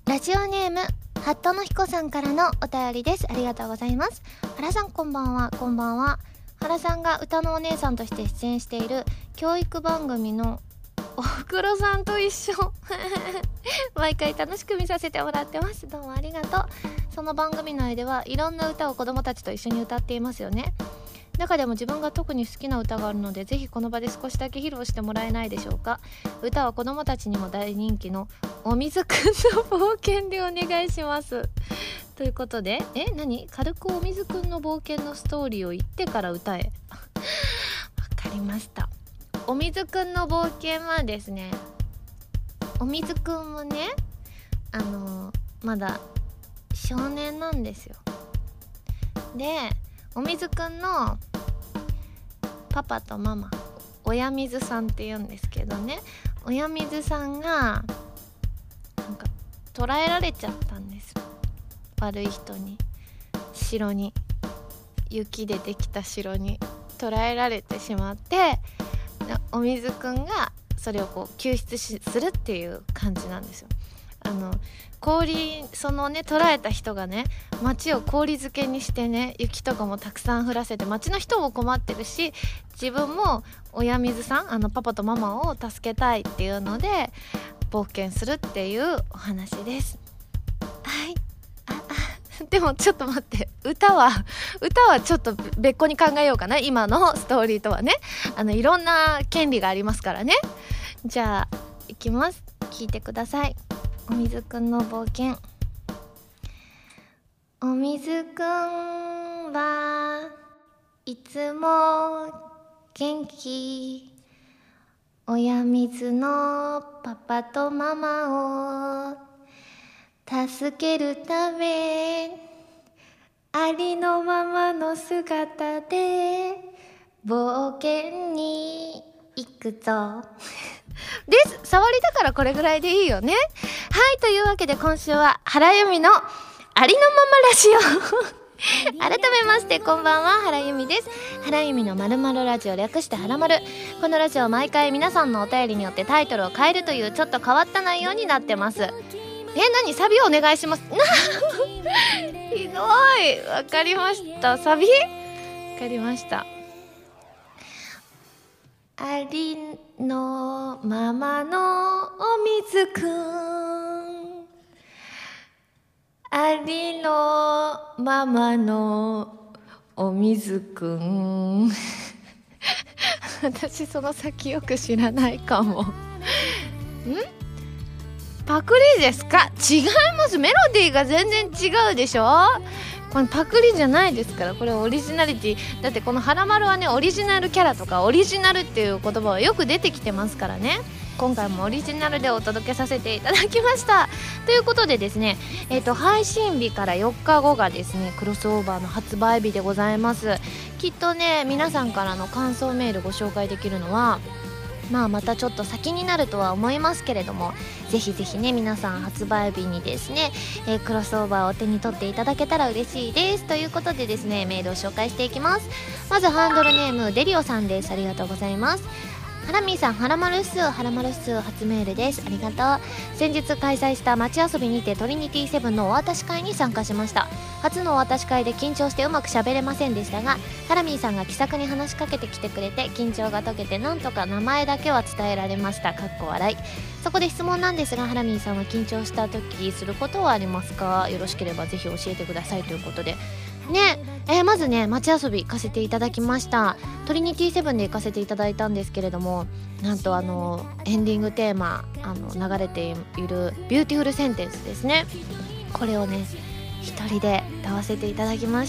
ラジオネームハットのひこさんからのお便りです。ありがとうございます。原さんこんばんは。こんばんは。原さんが歌のお姉さんとして出演している教育番組のおふくろさんと一緒毎回楽しく見させてもらってます。どうもありがとう。その番組内ではいろんな歌を子供たちと一緒に歌っていますよね。中でも自分が特に好きな歌があるので、ぜひこの場で少しだけ披露してもらえないでしょうか。歌は子供たちにも大人気のお水くんの冒険でお願いします。ということで、軽くお水くんの冒険のストーリーを言ってから歌え。わかりました。お水くんの冒険はですね、お水くんもね、まだ少年なんですよ。で、お水くんのパパとママ、親水さんって言うんですけどね、親水さんがなんか捕らえられちゃったんです。悪い人に、城に、雪でできた城に捕らえられてしまって、お水くんがそれをこう救出するっていう感じなんですよ。そのね、捕らえた人がね、街を氷漬けにしてね、雪とかもたくさん降らせて、街の人も困ってるし、自分も親水さん、パパとママを助けたいっていうので冒険するっていうお話です。はい。でもちょっと待って、歌はちょっと別個に考えようかな。今のストーリーとはね、いろんな権利がありますからね。じゃあいきます。聞いてください。お水くんの冒険。お水くんはいつも元気。親水のパパとママを助けるため、ありのままの姿で冒険に行くぞです。触りだからこれぐらいでいいよね。はい、というわけで今週は原由美のありのままラジオ改めましてこんばんは、原由美です。原由美のまるまるラジオ、略してはらまる。このラジオは毎回皆さんのお便りによってタイトルを変えるというちょっと変わった内容になってます。何サビをお願いしますひどい。わかりました。サビわかりました。ありのままのお水くん、ありのままのお水くん私その先よく知らないかもパクリですか？違います。メロディーが全然違うでしょ。これパクリじゃないですから、これオリジナリティだって。このはらまるはね、オリジナルキャラとかオリジナルっていう言葉はよく出てきてますからね。今回もオリジナルでお届けさせていただきましたということでですね、配信日から4日後がですね、クロスオーバーの発売日でございます。きっとね、皆さんからの感想メールご紹介できるのはまたちょっと先になるとは思いますけれども、ぜひぜひね、皆さん発売日にですね、クロスオーバーを手に取っていただけたら嬉しいです。ということでですね、メールを紹介していきます。まずハンドルネームデリオさんです。ありがとうございます。ハラミーさん、ハラマルッスー初メールです。ありがとう。先日開催した街遊びにてトリニティセブンのお渡し会に参加しました。初のお渡し会で緊張してうまく喋れませんでしたが、ハラミーさんが気さくに話しかけてきてくれて、緊張が解けてなんとか名前だけは伝えられました。かっこ笑い。そこで質問なんですが、ハラミーさんは緊張した時することはありますか？よろしければぜひ教えてくださいということでね。まずね、街遊び行かせていただきました。トリニティセブンで行かせていただいたんですけれども、なんとエンディングテーマ流れているビューティフルセンテンスですね。これをね、一人で歌わせていただきました。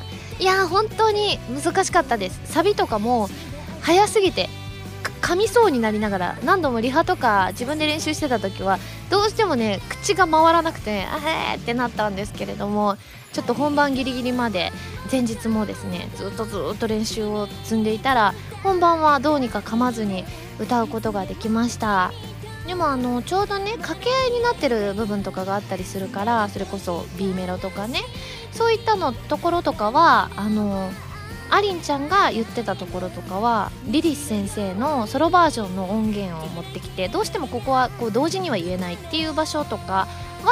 いやー、本当に難しかったです。サビとかも早すぎて噛みそうになりながら、何度もリハとか自分で練習してた時はどうしてもね、口が回らなくてってなったんですけれども、ちょっと本番ギリギリまで、前日もですね、ずっと練習を積んでいたら、本番はどうにか噛まずに歌うことができました。でもちょうどね、掛け合いになってる部分とかがあったりするから、それこそ B メロとかね、そういったのところとかはアリンちゃんが言ってたところとかはリリス先生のソロバージョンの音源を持ってきて、どうしてもここはこう同時には言えないっていう場所とかは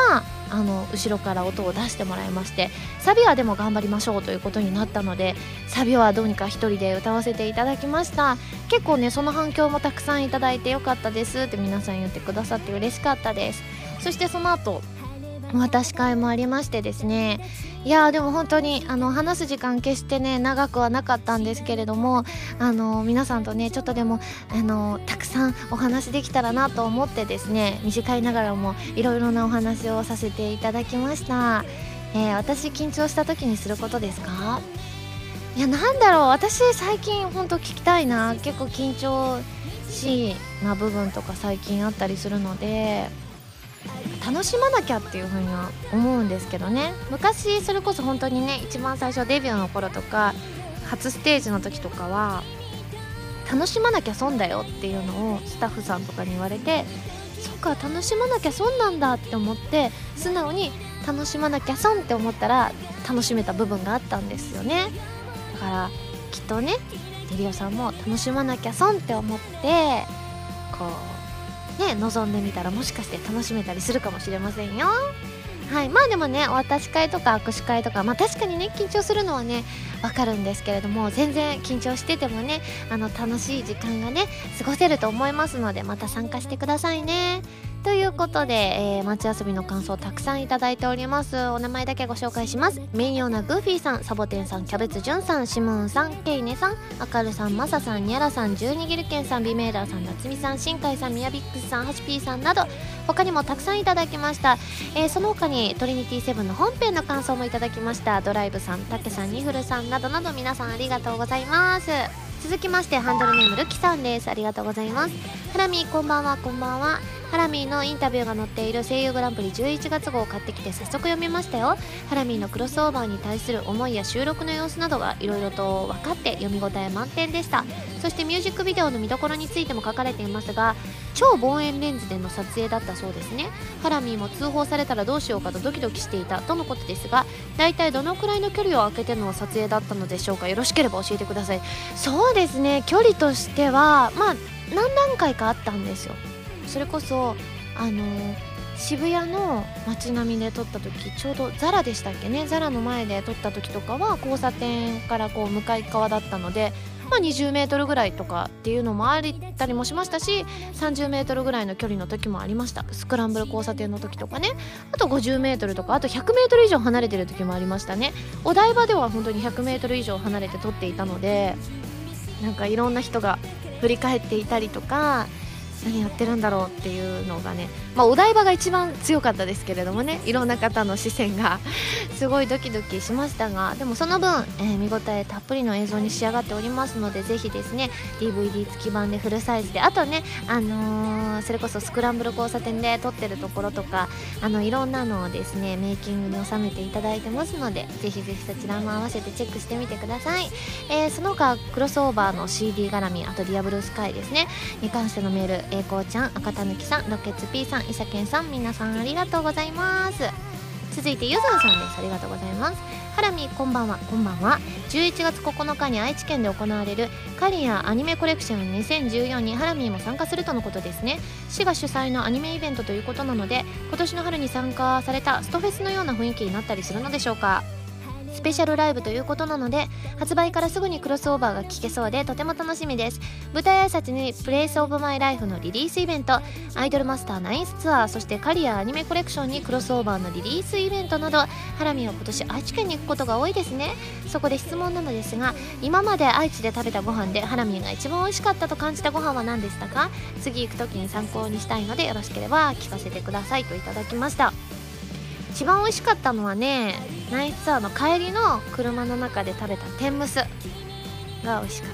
後ろから音を出してもらいまして、サビはでも頑張りましょうということになったので、サビはどうにか一人で歌わせていただきました。結構ねその反響もたくさんいただいてよかったですって皆さん言ってくださって嬉しかったです。そしてその後お渡し会もありましてですね、いやでも本当に話す時間決してね長くはなかったんですけれども、皆さんとねちょっとでもたくさんお話できたらなと思ってですね、短いながらもいろいろなお話をさせていただきました。私緊張した時にすることですか？いやなんだろう、私最近本当聞きたいな、結構緊張しいな部分とか最近あったりするので、楽しまなきゃっていう風には思うんですけどね。昔それこそ本当にね一番最初デビューの頃とか初ステージの時とかは楽しまなきゃ損だよっていうのをスタッフさんとかに言われて、そっか楽しまなきゃ損なんだって思って素直に楽しまなきゃ損って思ったら楽しめた部分があったんですよね。だからきっとねデリオさんも楽しまなきゃ損って思ってこうね望んでみたらもしかして楽しめたりするかもしれませんよ。はい、まあでもねお渡し会とか握手会とか確かにね緊張するのはねわかるんですけれども、全然緊張しててもね楽しい時間がね過ごせると思いますので、また参加してくださいね。ということで、街遊びの感想たくさんいただいております。お名前だけご紹介します。名誉なグーフィーさん、サボテンさん、キャベツジュンさん、シムーンさん、ケイネさん、アカルさん、マサさん、ニャラさん、12ギルケンさん、ビメーラーさん、夏美さん、新海さん、ミヤビックスさん、ハシピーさんなど他にもたくさんいただきました。その他にトリニティセブンの本編の感想もいただきました。ドライブさん、タケさん、ニフルさんなどなど皆さんありがとうございます。続きましてハンドルネームルキさんです。ありがとうございます。ハラミーこんばんは。こんばんは。ハラミーのインタビューが載っている声優グランプリ11月号を買ってきて早速読みましたよ。ハラミーのクロスオーバーに対する思いや収録の様子などがいろいろと分かって読み応え満点でした。そしてミュージックビデオの見どころについても書かれていますが、超望遠レンズでの撮影だったそうですね。ハラミーも通報されたらどうしようかとドキドキしていたとのことですが、だいたいどのくらいの距離を空けての撮影だったのでしょうか。よろしければ教えてください。そうですね、距離としては何段階かあったんですよ。それこそ渋谷の街並みで撮った時、ちょうどザラでしたっけね、ザラの前で撮った時とかは交差点からこう向かい側だったので、20メートルぐらいとかっていうのもあったりもしましたし、30メートルぐらいの距離の時もありました。スクランブル交差点の時とかね、あと50メートルとか、あと100メートル以上離れてる時もありましたね。お台場では本当に100メートル以上離れて撮っていたので、なんかいろんな人が振り返っていたりとか、何やってるんだろうっていうのがね、お台場が一番強かったですけれどもね、いろんな方の視線がすごいドキドキしましたが、でもその分、見応えたっぷりの映像に仕上がっておりますので、ぜひですね DVD 付き版でフルサイズで、あとねそれこそスクランブル交差点で撮ってるところとかいろんなのをですねメイキングに収めていただいてますので、ぜひぜひそちらも合わせてチェックしてみてください。その他クロスオーバーの CD 絡み、あとディアブルースカイですねに関してのメール、栄光ちゃん、赤たぬきさん、ロケツ P さん、いさけんさん、皆さんありがとうございます。続いてゆずんさんです。ありがとうございます。ハラミこんばんは。こんばんは。11月9日に愛知県で行われるカリアアニメコレクション2014にハラミも参加するとのことですね。市が主催のアニメイベントということなので、今年の春に参加されたストフェスのような雰囲気になったりするのでしょうか。スペシャルライブということなので、発売からすぐにクロスオーバーが聴けそうでとても楽しみです。舞台挨拶にプレイスオブマイライフのリリースイベント、アイドルマスターナインスツアー、そしてカリアアニメコレクションにクロスオーバーのリリースイベントなど、ハラミは今年愛知県に行くことが多いですね。そこで質問なのですが、今まで愛知で食べたご飯でハラミが一番美味しかったと感じたご飯は何でしたか。次行く時に参考にしたいのでよろしければ聞かせてくださいといただきました。一番美味しかったのはね、ナイスツアーの帰りの車の中で食べた天むすが美味しかった。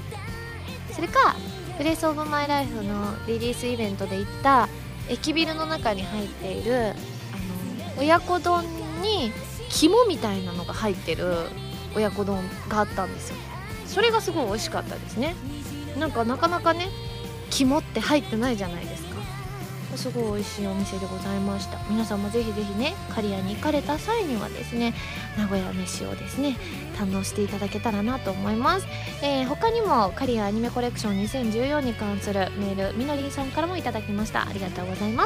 それかプレイスオブマイライフのリリースイベントで行った駅ビルの中に入っている親子丼に肝みたいなのが入ってる親子丼があったんですよ。それがすごい美味しかったですね。なかなかね肝って入ってないじゃないですか。すごい美味しいお店でございました。皆さんもぜひぜひねカリアに行かれた際にはですね、名古屋飯をですね堪能していただけたらなと思います。他にもカリアアニメコレクション2014に関するメール、みのりんさんからもいただきました。ありがとうございます。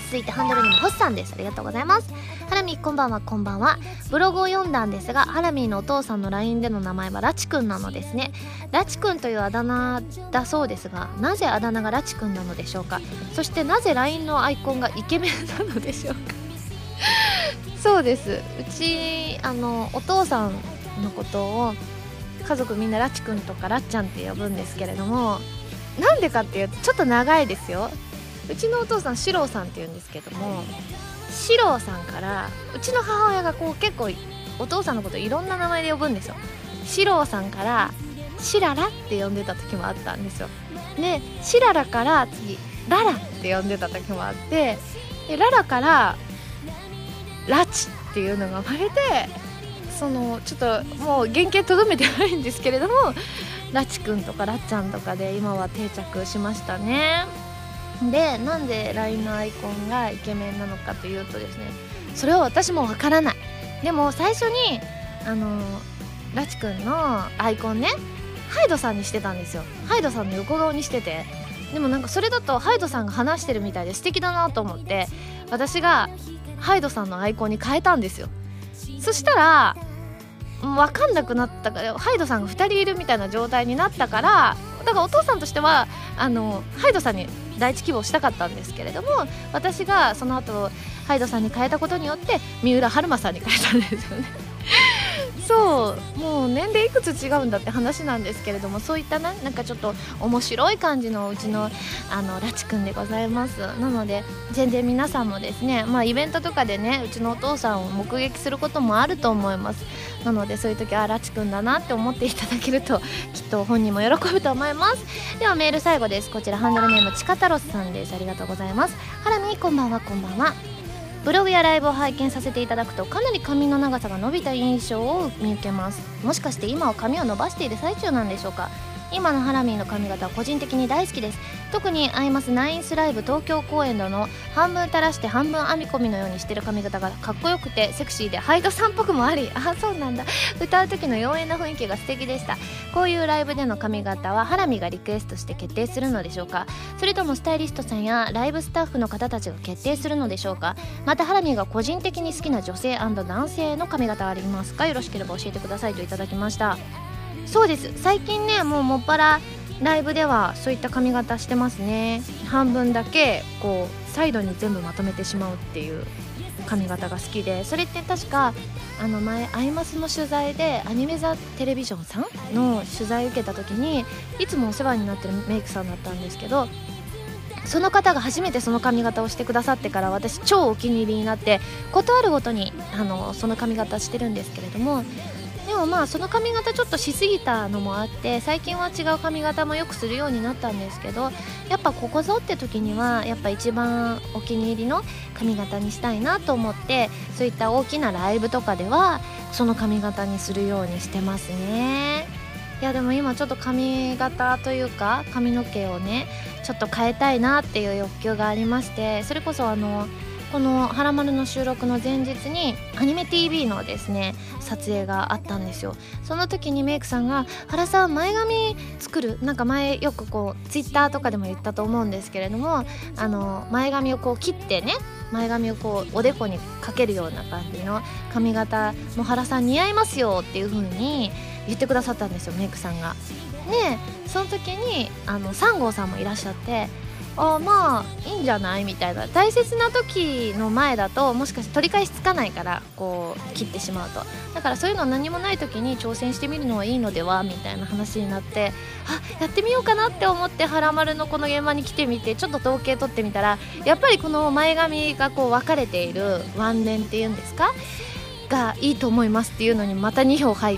続いてハンドルネームホッさんです。ありがとうございます。ハラミこんばんは。こんばんは。ブログを読んだんですが、ハラミのお父さんの LINE での名前はラチくんなのですね。ラチくんというあだ名だそうですが、なぜあだ名がラチくんなのでしょうか。そしてなぜ LINE のアイコンがイケメンなのでしょうか。そうです、うちお父さんのことを家族みんなラチくんとかラッちゃんって呼ぶんですけれども、なんでかっていうとちょっと長いですよ。うちのお父さん四郎さんって言うんですけども、四郎さんからうちの母親がこう結構お父さんのこといろんな名前で呼ぶんですよ。四郎さんからシララって呼んでた時もあったんですよ。でシララから次ララって呼んでた時もあって、でララからラチっていうのが生まれて、そのちょっともう原型とどめてないんですけれども、ラチくんとかラッちゃんとかで今は定着しましたね。でなんで LINE のアイコンがイケメンなのかというとですね、それは私もわからない。でも最初にラチくんのアイコンね、ハイドさんにしてたんですよ。ハイドさんの横顔にしてて、でもなんかそれだとハイドさんが話してるみたいで素敵だなと思って、私がハイドさんのアイコンに変えたんですよ。そしたら分かんなくなったから、ハイドさんが2人いるみたいな状態になったから、だからお父さんとしてはハイドさんに第一希望したかったんですけれども、私がその後ハイドさんに変えたことによって三浦春馬さんに変えたんですよね。そうもう年齢いくつ違うんだって話なんですけれども、そういったなんかちょっと面白い感じのうちのラチくんでございます。なので全然皆さんもですね、イベントとかでねうちのお父さんを目撃することもあると思います。なのでそういう時ラチくんだなって思っていただけるときっと本人も喜ぶと思います。ではメール最後です。こちらハンドルネームちかたろすさんです。ありがとうございます。ハラミこんばんは。こんばんは。ブログやライブを拝見させていただくと、かなり髪の長さが伸びた印象を見受けます。もしかして今は髪を伸ばしている最中なんでしょうか。今のハラミーの髪型は個人的に大好きです。特にアイマスナインスライブ東京公演での半分垂らして半分編み込みのようにしてる髪型がかっこよくてセクシーでハイドさんっぽくもあり、そうなんだ、歌う時の妖艶な雰囲気が素敵でした。こういうライブでの髪型はハラミがリクエストして決定するのでしょうか、それともスタイリストさんやライブスタッフの方たちが決定するのでしょうか。またハラミが個人的に好きな女性&男性の髪型ありますか。よろしければ教えてくださいといただきました。そうです、最近ねもっぱらライブではそういった髪型してますね。半分だけこうサイドに全部まとめてしまうっていう髪型が好きで、それって確か前アイマスの取材でアニメザテレビジョンさんの取材受けた時にいつもお世話になってるメイクさんだったんですけど、その方が初めてその髪型をしてくださってから私超お気に入りになって、ことあるごとにその髪型してるんですけれども、でもその髪型ちょっとしすぎたのもあって、最近は違う髪型もよくするようになったんですけど、やっぱここぞって時にはやっぱ一番お気に入りの髪型にしたいなと思って、そういった大きなライブとかではその髪型にするようにしてますね。いやでも今ちょっと髪型というか髪の毛をねちょっと変えたいなっていう欲求がありまして、それこそこのはらまるの収録の前日にアニメ TV のですね撮影があったんですよ。その時にメイクさんが原さん前髪作る、なんか前よくこうツイッターとかでも言ったと思うんですけれども、前髪をこう切ってね、前髪をこうおでこにかけるような感じの髪型も原さん似合いますよっていう風に言ってくださったんですよ、メイクさんが。でその時に3号さんもいらっしゃって、いいんじゃないみたいな、大切な時の前だともしかして取り返しつかないからこう切ってしまうと、だからそういうの何もない時に挑戦してみるのはいいのではみたいな話になって、やってみようかなって思ってはらまるのこの現場に来てみてちょっと統計取ってみたら、やっぱりこの前髪がこう分かれているワンレンっていうんですかがいいと思いますっていうのにまた2票入って、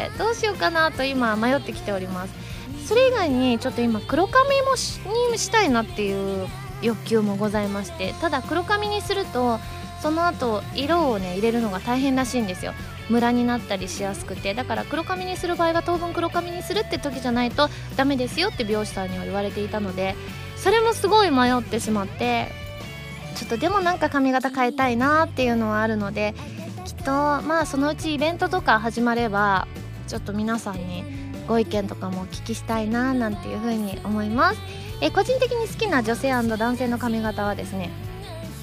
どうしようかなと今迷ってきております。それ以外にちょっと今黒髪にしたいなっていう欲求もございまして、ただ黒髪にするとその後色をね入れるのが大変らしいんですよ。ムラになったりしやすくて、だから黒髪にする場合は当分黒髪にするって時じゃないとダメですよって美容師さんには言われていたので、それもすごい迷ってしまって、ちょっとでもなんか髪型変えたいなっていうのはあるので、きっとそのうちイベントとか始まればちょっと皆さんにご意見とかもお聞きしたいななんていう風に思います。個人的に好きな女性&男性の髪型はですね、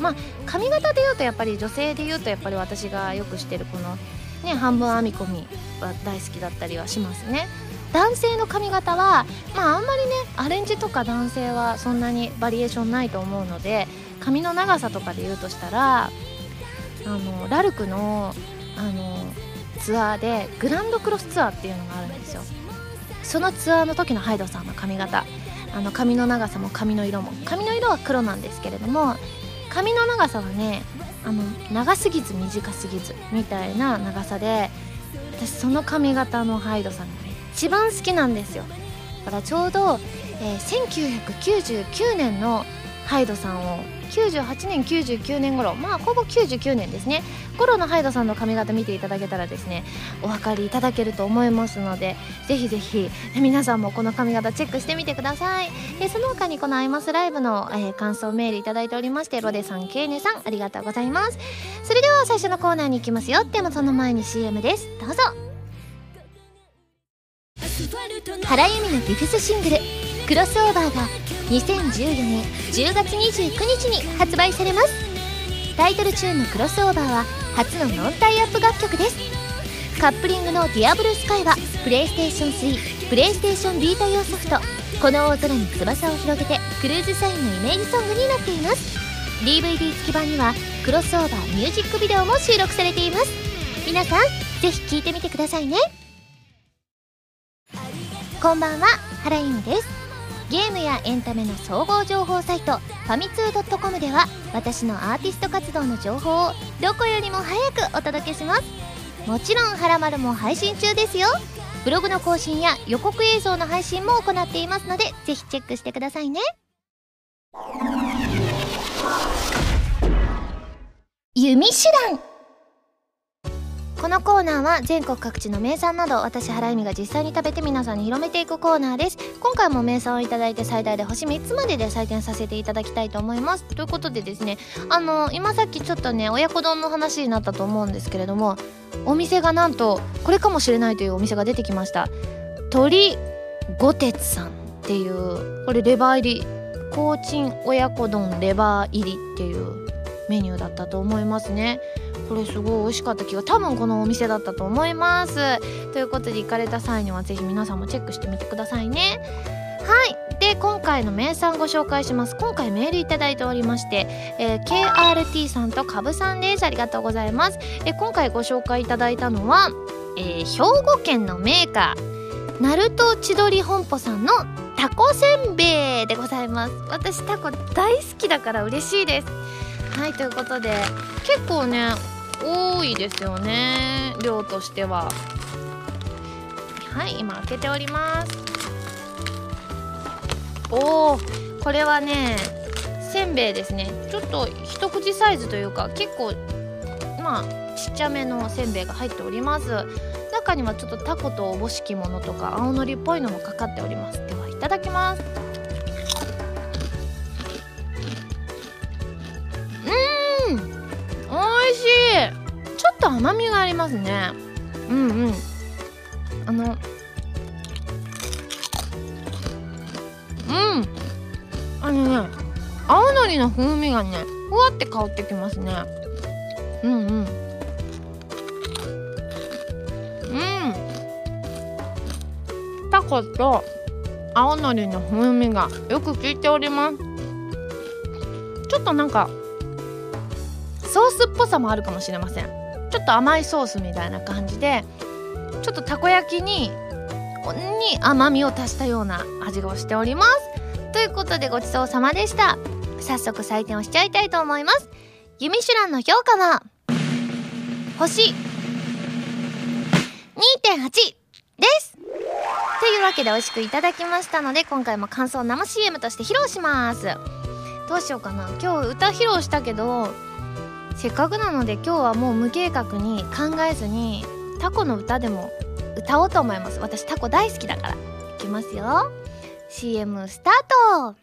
髪型で言うとやっぱり女性で言うとやっぱり私がよくしてるこのね半分編み込みは大好きだったりはしますね。男性の髪型はあんまりねアレンジとか男性はそんなにバリエーションないと思うので、髪の長さとかで言うとしたらラルクのツアーでグランドクロスツアーっていうのがあるんですよ。そのツアーの時のハイドさんの髪型、髪の長さも髪の色は黒なんですけれども、髪の長さはね長すぎず短すぎずみたいな長さで、私その髪型のハイドさんが一番好きなんですよ。だからちょうど、1999年のハイドさんを98年99年頃、ほぼ99年ですね頃のハイドさんの髪型見ていただけたらですねお分かりいただけると思いますので、ぜひぜひ皆さんもこの髪型チェックしてみてください。その他にこのアイマスライブの、感想メールいただいておりまして、ロデさん、ケーネさんありがとうございます。それでは最初のコーナーに行きますよ。でもその前に CM です。どうぞ。原由美のディフュスシングルクロスオーバーが2014年10月29日に発売されます。タイトルチューンのクロスオーバーは初のノンタイアップ楽曲です。カップリングのディアブルスカイはプレイステーション3、プレイステーションビータ用ソフトこの大空に翼を広げてクルーズサインのイメージソングになっています。 DVD 付き版にはクロスオーバーミュージックビデオも収録されています。皆さんぜひ聴いてみてくださいね。こんばんは、原由美です。ゲームやエンタメの総合情報サイトファミツー .com では私のアーティスト活動の情報をどこよりも早くお届けします。もちろんはらまるも配信中ですよ。ブログの更新や予告映像の配信も行っていますのでぜひチェックしてくださいね。ユミシュラン。このコーナーは全国各地の名産など私原由美が実際に食べて皆さんに広めていくコーナーです。今回も名産をいただいて最大で星3つまでで採点させていただきたいと思います。ということでですね今さっきちょっとね親子丼の話になったと思うんですけれども、お店がなんとこれかもしれないというお店が出てきました。鳥五鉄さんっていう、これレバー入りコーチン親子丼レバー入りっていうメニューだったと思いますね。これすごい美味しかった気が、多分このお店だったと思います。ということで行かれた際にはぜひ皆さんもチェックしてみてくださいね。はい、で今回の名産ご紹介します。今回メールいただいておりまして、KRT さんとカブさんです。ありがとうございます。今回ご紹介いただいたのは、兵庫県のメーカーナルト千鳥本舗さんのタコせんべいでございます。私タコ大好きだから嬉しいです。はい、ということで結構ね多いですよね、量としては。はい、今開けております。おー、これはねせんべいですね。ちょっと一口サイズというか結構ちっちゃめのせんべいが入っております。中にはちょっとタコとおぼしきものとか青のりっぽいのもかかっております。ではいただきます。おいしい。ちょっと甘みがありますね。青のりの風味がねふわって香ってきますね。タコと青のりの風味がよく効いております。ちょっとなんかソースっぽさもあるかもしれません。ちょっと甘いソースみたいな感じで、ちょっとたこ焼きに甘みを足したような味がしております。ということでごちそうさまでした。早速採点をしちゃいたいと思います。ユミシュランの評価は星 2.8 です。というわけで美味しくいただきましたので、今回も感想を生 CM として披露します。どうしようかな。今日歌披露したけどせっかくなので今日はもう無計画に考えずにタコの歌でも歌おうと思います。私タコ大好きだから。いきますよ。 CM スタート。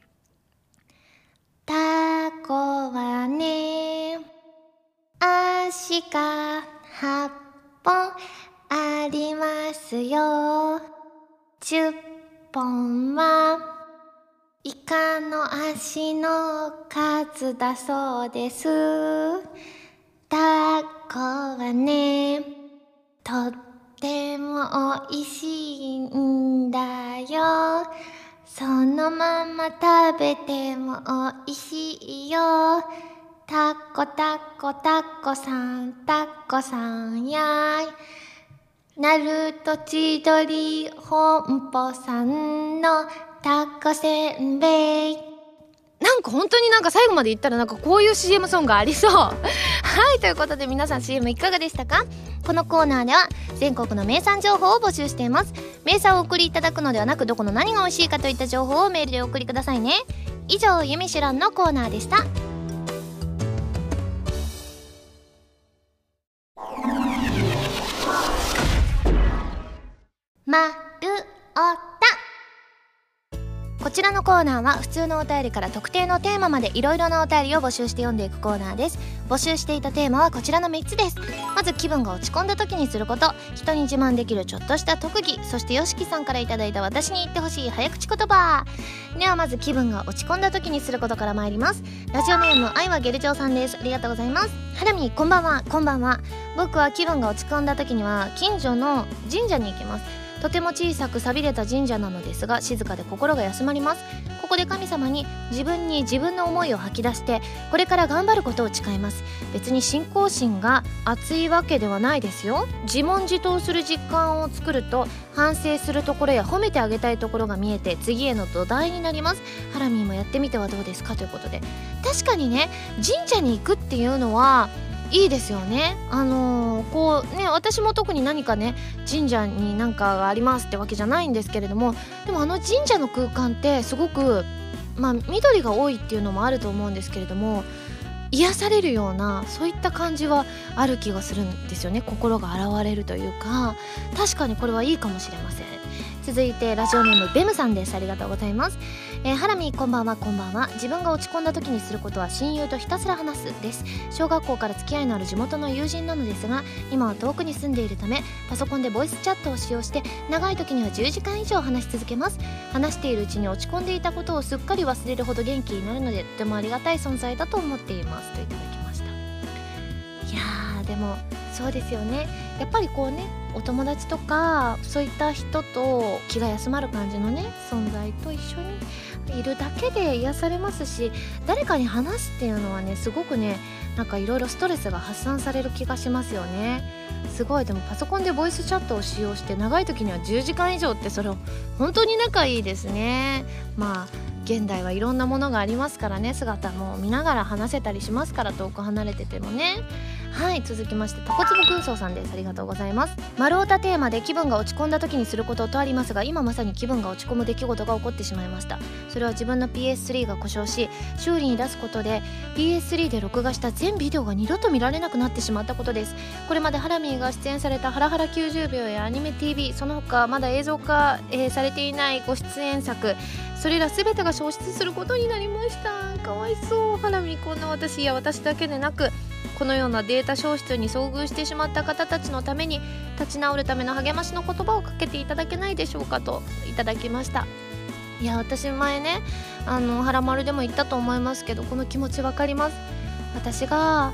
タコはね足が8本ありますよ。10本はイカの足の数だそうです。タコはね、とってもおいしいんだよ。そのまま食べてもおいしいよ。タコタコタコさん、タコさんやい。なると千鳥本舗さんのタコせんべい。なんか本当になんか最後まで言ったらなんかこういう CM ソングありそうはい、ということで皆さん CM いかがでしたか？このコーナーでは全国の名産情報を募集しています。名産をお送りいただくのではなく、どこの何が美味しいかといった情報をメールでお送りくださいね。以上、ゆみしゅらんのコーナーでした。まるおた。こちらのコーナーは普通のお便りから特定のテーマまでいろいろなお便りを募集して読んでいくコーナーです。募集していたテーマはこちらの3つです。まず、気分が落ち込んだ時にすること、人に自慢できるちょっとした特技、そしてよしきさんからいただいた私に言ってほしい早口言葉。ではまず、気分が落ち込んだ時にすることから参ります。ラジオネーム愛はゲルジョーさんです。ありがとうございます。はらみ、こんばんは。こんばんは。僕は気分が落ち込んだ時には近所の神社に行きます。とても小さく寂れた神社なのですが、静かで心が休まります。ここで神様に自分の思いを吐き出して、これから頑張ることを誓います。別に信仰心が熱いわけではないですよ。自問自答する実感を作ると、反省するところや褒めてあげたいところが見えて、次への土台になります。ハラミーもやってみてはどうですか、ということで。確かにね、神社に行くっていうのはいいですよね。こうね、私も特に何かね、神社に何かがありますってわけじゃないんですけれども、でも神社の空間ってすごく緑が多いっていうのもあると思うんですけれども、癒されるような、そういった感じはある気がするんですよね。心が洗われるというか、確かにこれはいいかもしれません。続いてラジオネームベムさんです。ありがとうございます。ハラミ、こんばんは。こんばんは。自分が落ち込んだ時にすることは親友とひたすら話すです。小学校から付き合いのある地元の友人なのですが、今は遠くに住んでいるため、パソコンでボイスチャットを使用して、長い時には10時間以上話し続けます。話しているうちに落ち込んでいたことをすっかり忘れるほど元気になるので、とてもありがたい存在だと思っています、といただきました。いやー、でもそうですよね。やっぱりこうね、お友達とかそういった人と気が休まる感じのね、存在と一緒にいるだけで癒されますし、誰かに話すっていうのはね、すごくね、なんかいろいろストレスが発散される気がしますよね。すごい。でもパソコンでボイスチャットを使用して長い時には10時間以上って、それ本当に仲いいですね。現代はいろんなものがありますからね、姿も見ながら話せたりしますから、遠く離れててもね。はい、続きましてタコツボ軍曹さんです。ありがとうございます。丸太テーマで気分が落ち込んだ時にすることとありますが、今まさに気分が落ち込む出来事が起こってしまいました。それは自分の PS3 が故障し、修理に出すことで PS3 で録画した全ビデオが二度と見られなくなってしまったことです。これまでハラミーが出演されたハラハラ90秒やアニメ TV、 その他まだ映像化、されていないご出演作、それら全てが消失することになりました。かわいそう。ハラミー、こんな私や私だけでなく、このようなデータ消失に遭遇してしまった方たちのために、立ち直るための励ましの言葉をかけていただけないでしょうか、といただきました。いや、私前ね、ハラマルでも言ったと思いますけど、この気持ちわかります。私が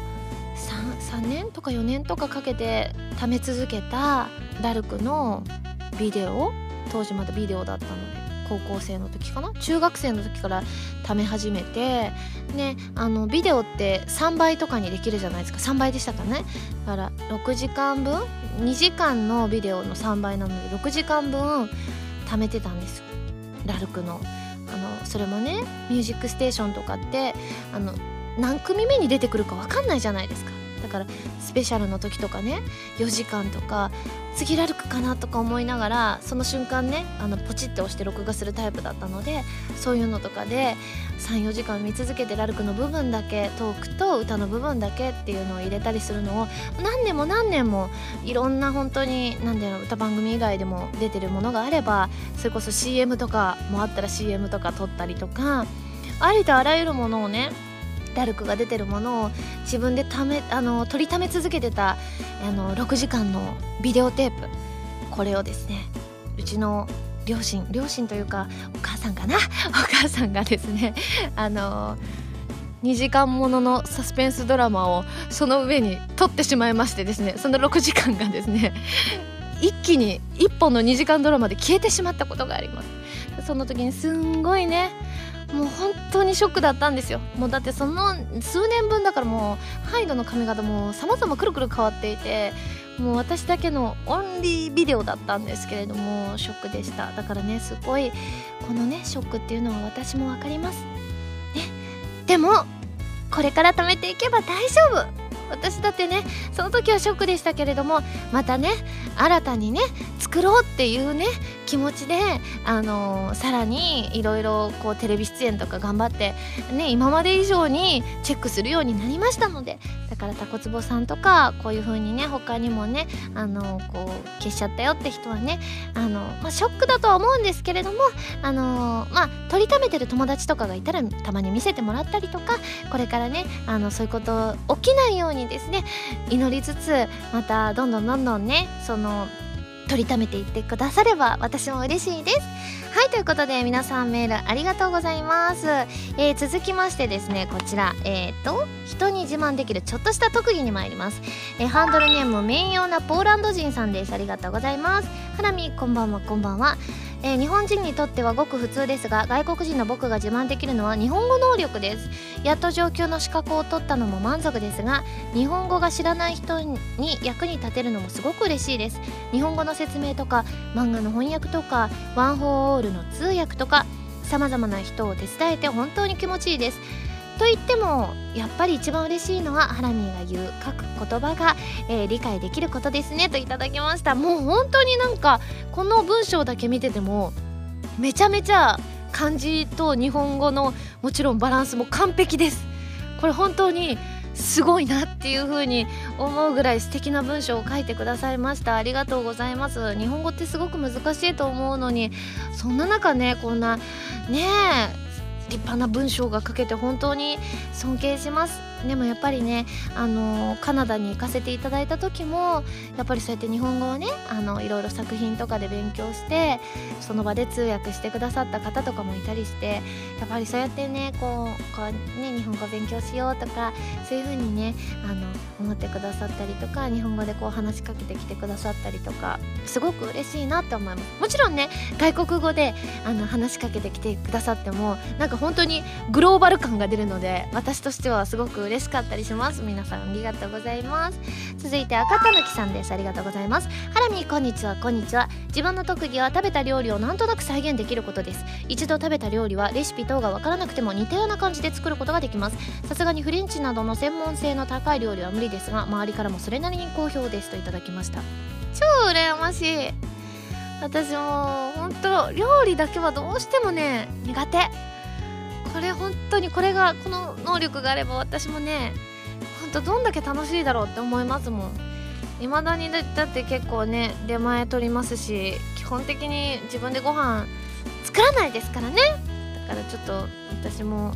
3年とか4年とかかけて貯め続けたラルクのビデオ、当時まだビデオだったので、高校生の時かな、中学生の時から貯め始めてね、ビデオって3倍とかにできるじゃないですか。3倍でしたかね。だから6時間分、2時間のビデオの3倍なので6時間分貯めてたんですよ、ラルクの。それもね、ミュージックステーションとかって何組目に出てくるか分かんないじゃないですか。だからスペシャルの時とかね、4時間とか次ラルクかなとか思いながら、その瞬間ね、ポチって押して録画するタイプだったので、そういうのとかで 3,4 時間見続けて、ラルクの部分だけ、トークと歌の部分だけっていうのを入れたりするのを何年もいろんな、本当に歌番組以外でも出てるものがあれば、それこそ CM とかもあったら CM とか撮ったりとか、ありとあらゆるものをね、ラルクが出てるものを自分で撮りため続けてた6時間のビデオテープ、これをですね、うちの両親というかお母さんかなお母さんがですね2時間もののサスペンスドラマをその上に撮ってしまいましてですね、その6時間がですね一気に1本の2時間ドラマで消えてしまったことがあります。その時にすんごいね、もう本当にショックだったんですよ。もうだってその数年分だから、もうハイドの髪型も様々くるくる変わっていて、もう私だけのオンリービデオだったんですけれども、ショックでした。だからね、すごいこのねショックっていうのは私もわかりますね。でもこれから貯めていけば大丈夫。私だってね、その時はショックでしたけれども、またね新たにね作ろうっていうね気持ちでさらにいろいろこうテレビ出演とか頑張ってね、今まで以上にチェックするようになりましたので、だからタコツボさんとかこういう風にね、他にもねこう消しちゃったよって人はねショックだとは思うんですけれども、取りためてる友達とかがいたらたまに見せてもらったりとか、これからねそういうこと起きないようにですね祈りつつ、またどんどんね取りためていってくだされば私も嬉しいです。はい、ということで皆さんメールありがとうございます。続きましてですね、こちら人に自慢できるちょっとした特技に参ります。ハンドルネーム名誉なポーランド人さんです。ありがとうございます。ハラミこんばんは。こんばんは。日本人にとってはごく普通ですが、外国人の僕が自慢できるのは日本語能力です。やっと上級の資格を取ったのも満足ですが、日本語が知らない人に役に立てるのもすごく嬉しいです。日本語の説明とか漫画の翻訳とかワン・フォー・オールの通訳とか、さまざまな人を手伝えて本当に気持ちいいです。と言ってもやっぱり一番嬉しいのはハラミーが言う書く言葉が、理解できることですね、といただきました。もう本当になんかこの文章だけ見ててもめちゃめちゃ漢字と日本語のもちろんバランスも完璧です。これ本当にすごいなっていう風に思うぐらい素敵な文章を書いてくださいました。ありがとうございます。日本語ってすごく難しいと思うのに、そんな中ねこんなね立派な文章が書けて本当に尊敬します。でもやっぱりねカナダに行かせていただいた時もやっぱりそうやって日本語をねいろいろ作品とかで勉強してその場で通訳してくださった方とかもいたりして、やっぱりそうやってねこうね日本語勉強しようとかそういう風にね思ってくださったりとか、日本語でこう話しかけてきてくださったりとかすごく嬉しいなって思います。もちろんね外国語で話しかけてきてくださってもなんか本当にグローバル感が出るので、私としてはすごく嬉しかったりします。皆さんありがとうございます。続いて赤たぬきさんです。ありがとうございます。ハラミこんにちは。こんにちは。自分の特技は食べた料理をなんとなく再現できることです。一度食べた料理はレシピ等がわからなくても似たような感じで作ることができます。さすがにフレンチなどの専門性の高い料理は無理ですが、周りからもそれなりに好評です、といただきました。超羨ましい。私も本当料理だけはどうしてもね苦手。これ本当にこの能力があれば私もね本当どんだけ楽しいだろうって思いますもん。未だにだって結構ね出前取りますし、基本的に自分でご飯作らないですからね。だからちょっと私も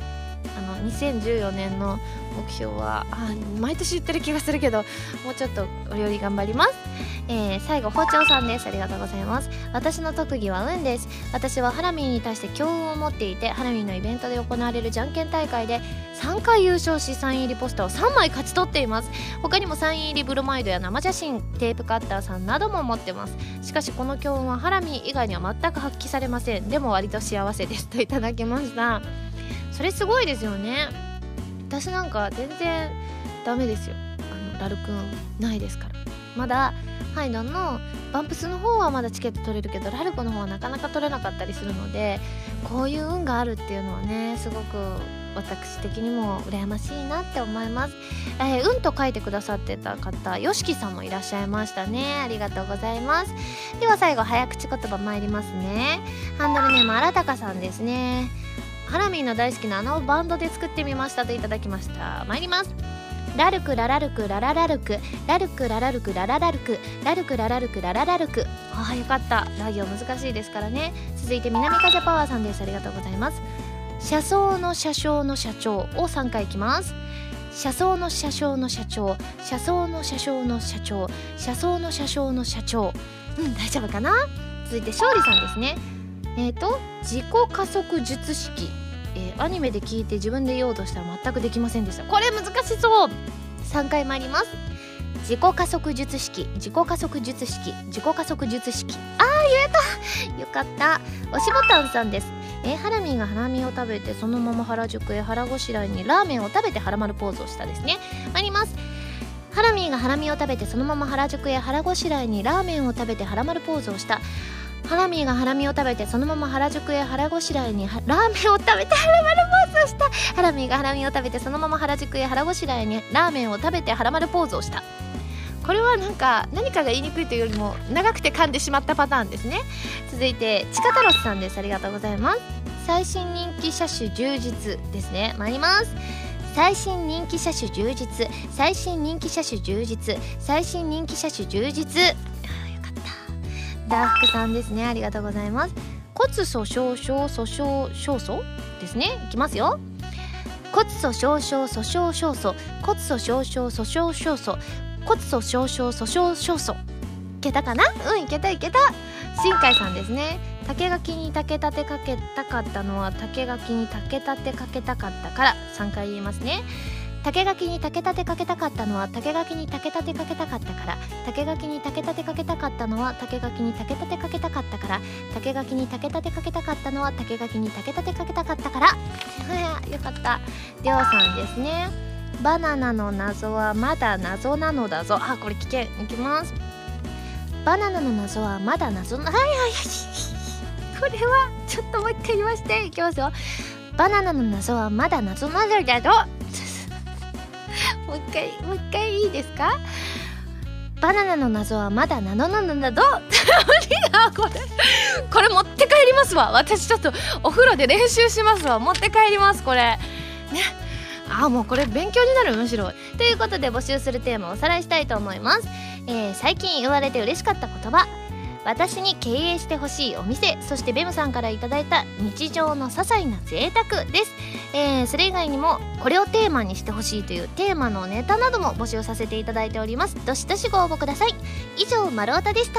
2014年の目標は毎年言ってる気がするけど、もうちょっとお料理頑張ります。最後包丁さんです。ありがとうございます。私の特技は運です。私はハラミーに対して強運を持っていて、ハラミーのイベントで行われるじゃんけん大会で3回優勝しサイン入りポスターを3枚勝ち取っています。他にもサイン入りブロマイドや生写真、テープカッターさんなども持ってます。しかしこの強運はハラミー以外には全く発揮されません。でも割と幸せです、といただきました。それすごいですよね。私なんか全然ダメですよ。ラルクンないですから。まだハイドンのバンプスの方はまだチケット取れるけど、ラルクの方はなかなか取れなかったりするので、こういう運があるっていうのはねすごく私的にも羨ましいなって思います。運と書いてくださってた方、よしきさんもいらっしゃいましたね。ありがとうございます。では最後早口言葉参りますね。ハンドルネームあらたかさんですね。ハラミーの大好きなバンドで作ってみました、といただきました。参ります。ラルクララルクラララルクラルクララルクラララルクラルクララルクラララルク。よかった。ラ行難しいですからね。続いて南風パワーさんです。ありがとうございます。車窓の車掌の社長を3回いきます。車窓の車掌の社長、車窓の車掌の社長、車窓の車掌の社長。大丈夫かな。続いて勝利さんですね。 自己加速術式、アニメで聞いて自分で言おうとしたら全くできませんでした。これ難しそう。3回参ります。自己加速術式、自己加速術式、自己加速術式。言えたよかった。おしぼたんさんです。ハラミーがハラミを食べてそのまま原宿へ腹ごしらえにラーメンを食べてハラマルポーズをしたですね。参ります。ハラミーがハラミを食べてそのまま原宿へ腹ごしらえにラーメンを食べてハラマルポーズをした。ハラミーがハラミを食べてそのまま原宿へ腹ごしらえにラーメンを食べてハラマルポーズをした。ハラミーがハラミを食べてそのまま原宿へ腹ごしらえにラーメンを食べてハラマルポーズをした。これは何かが言いにくいというよりも長くて噛んでしまったパターンですね。続いてチカタロスさんです。ありがとうございます。最新人気車種充実ですね。参ります。最新人気車種充実、最新人気車種充実、最新人気車種充実。よかった。ダーフクさんですね。ありがとうございます。骨粗鬆症訴訟勝訴ですね。いきますよ。骨粗鬆症訴訟勝訴、骨粗鬆症訴訟勝訴、骨粗鬆症訴訟勝訴。いけたかな。いけた。新海さんですね。竹垣に竹立てかけたかったのは竹垣に竹立てかけたかったから。3回言いますね。竹垣に竹立てかけたかったのは竹垣に竹立てかけたかったから。竹垣に竹立てかけたかったのは竹垣に竹立てかけたかったから。竹垣に竹立てかけたかったのは竹垣に竹立てかけたかったから。よかった。りょうさんですね。バナナの謎はまだ謎なのだぞ。これいきます。バナナの謎はまだ謎なこれはちょっともう一回言わせて。いきますよ。バナナの謎はまだ謎なのだぞもう一回いいですか。バナナの謎はまだ謎なのだぞこれ持って帰りますわ。私ちょっとお風呂で練習しますわ。持って帰りますこれね。もうこれ勉強になる。むしろ。ということで募集するテーマをおさらいしたいと思います。最近言われて嬉しかった言葉、私に経営してほしいお店、そしてベムさんからいただいた日常の些細な贅沢です。それ以外にもこれをテーマにしてほしいというテーマのネタなども募集させていただいております。どしどしご応募ください。以上、まるおたでした。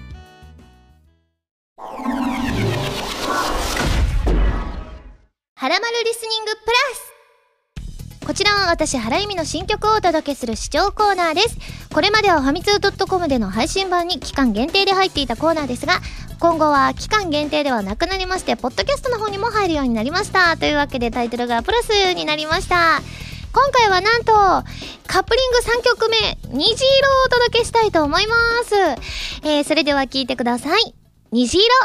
はらまるリスニングプラス。こちらは私原由美の新曲をお届けする視聴コーナーです。これまではファミツー .com での配信版に期間限定で入っていたコーナーですが、今後は期間限定ではなくなりまして、ポッドキャストの方にも入るようになりました。というわけでタイトルがプラスになりました。今回はなんとカップリング3曲目、虹色をお届けしたいと思います。それでは聴いてください。虹色。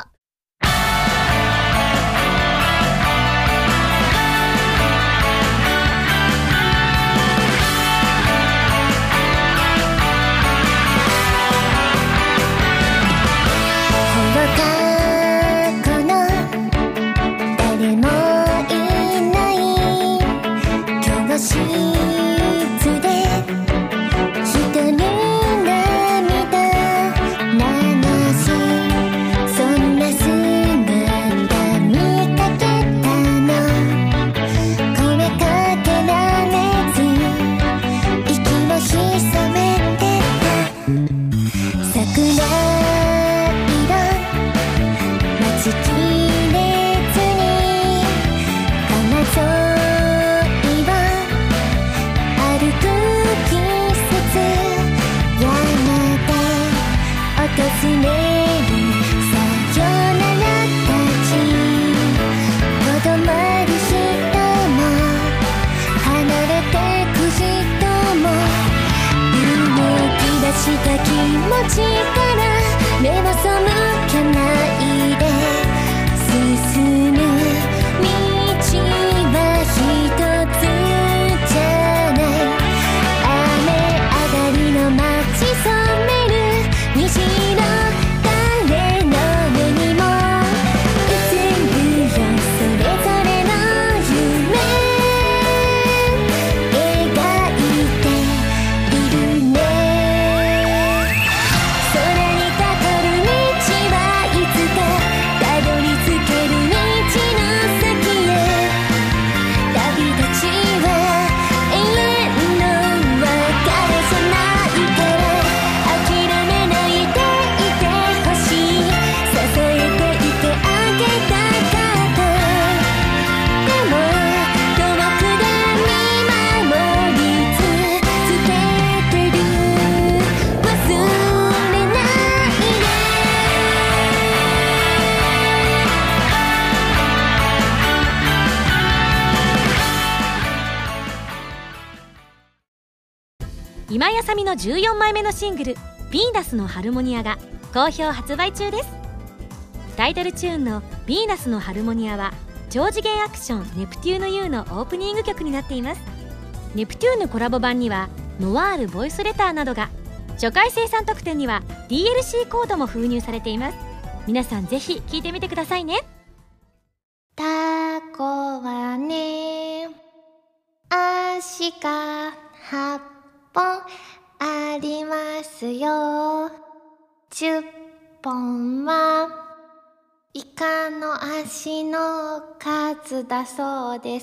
そ今井あさみの14枚目のシングル「ヴィーナスのハルモニア」が好評発売中です。タイトルチューンの「ヴィーナスのハルモニア」は超次元アクションネプテューヌ U のオープニング曲になっています。ネプテューヌコラボ版にはノワールボイスレターなどが、初回生産特典には DLC コードも封入されています。皆さんぜひ聴いてみてくださいね。 タコはね、足が8本ありますよ。10本はイカの足の数だそうです。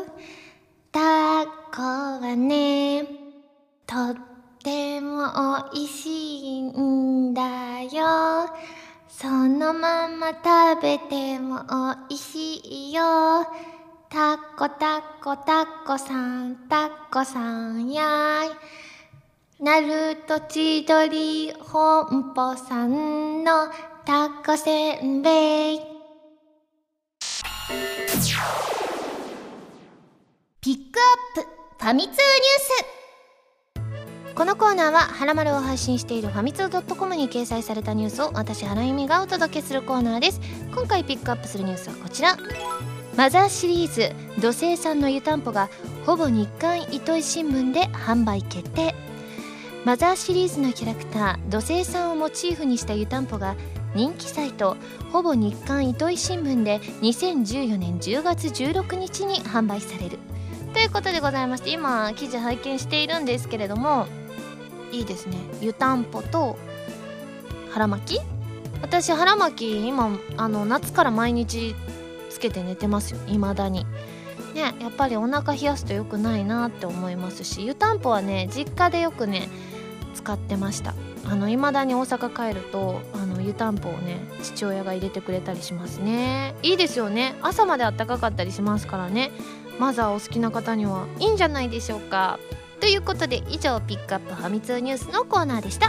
タコはね、とってもおいしいんだよ。そのまま食べてもおいしいよ。タコタコタコさんタコさんやい。ナルト千鳥本舗さんのタコせんべい。ピックアップファミ通ニュース。このコーナーはハラマルを配信しているファミツー .com に掲載されたニュースを私原由美がお届けするコーナーです。今回ピックアップするニュースはこちら。マザーシリーズ土星さんの湯たんぽがほぼ日刊糸井新聞で販売決定。マザーシリーズのキャラクター土星さんをモチーフにした湯たんぽが人気サイトほぼ日刊糸井新聞で2014年10月16日に販売されるということでございまして、今記事拝見しているんですけれども、いいですね。湯たんぽと腹巻き。私腹巻き今夏から毎日つけて寝てますよ、未だにね。やっぱりお腹冷やすと良くないなって思いますし、湯たんぽはね実家でよくね使ってました。未だに大阪帰ると湯たんぽをね父親が入れてくれたりしますね。いいですよね。朝まであったかかったりしますからね。マザーお好きな方にはいいんじゃないでしょうか。ということで以上ピックアップファミ通ニュースのコーナーでした。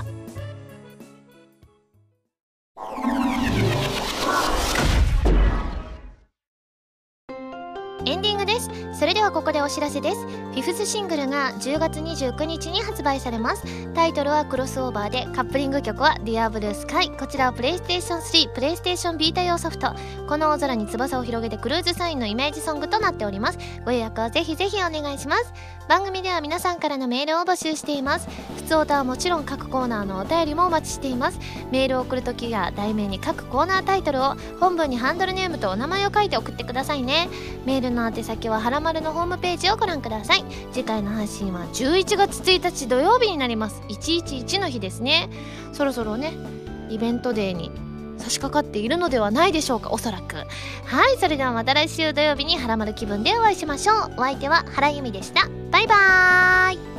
エンディングです。それではここでお知らせです。フィフスシングルが10月29日に発売されます。タイトルはクロスオーバーで、カップリング曲は Dear Blue Sky。 こちらはプレイステーション3、プレイステーションビータ用ソフトこの大空に翼を広げてクルーズサインのイメージソングとなっております。ご予約はぜひぜひお願いします。番組では皆さんからのメールを募集しています。普通歌はもちろん各コーナーのお便りもお待ちしています。メールを送るときや題名に各コーナータイトルを、本文にハンドルネームとお名前を書いて送ってくださいね。メールの宛先ははらまるのホームページをご覧ください。次回の配信は11月1日土曜日になります。111の日ですね。そろそろねイベントデーに差し掛かっているのではないでしょうか、おそらく。はい、それではまた来週土曜日にはらまる気分でお会いしましょう。お相手は原由美でした。バイバーイ。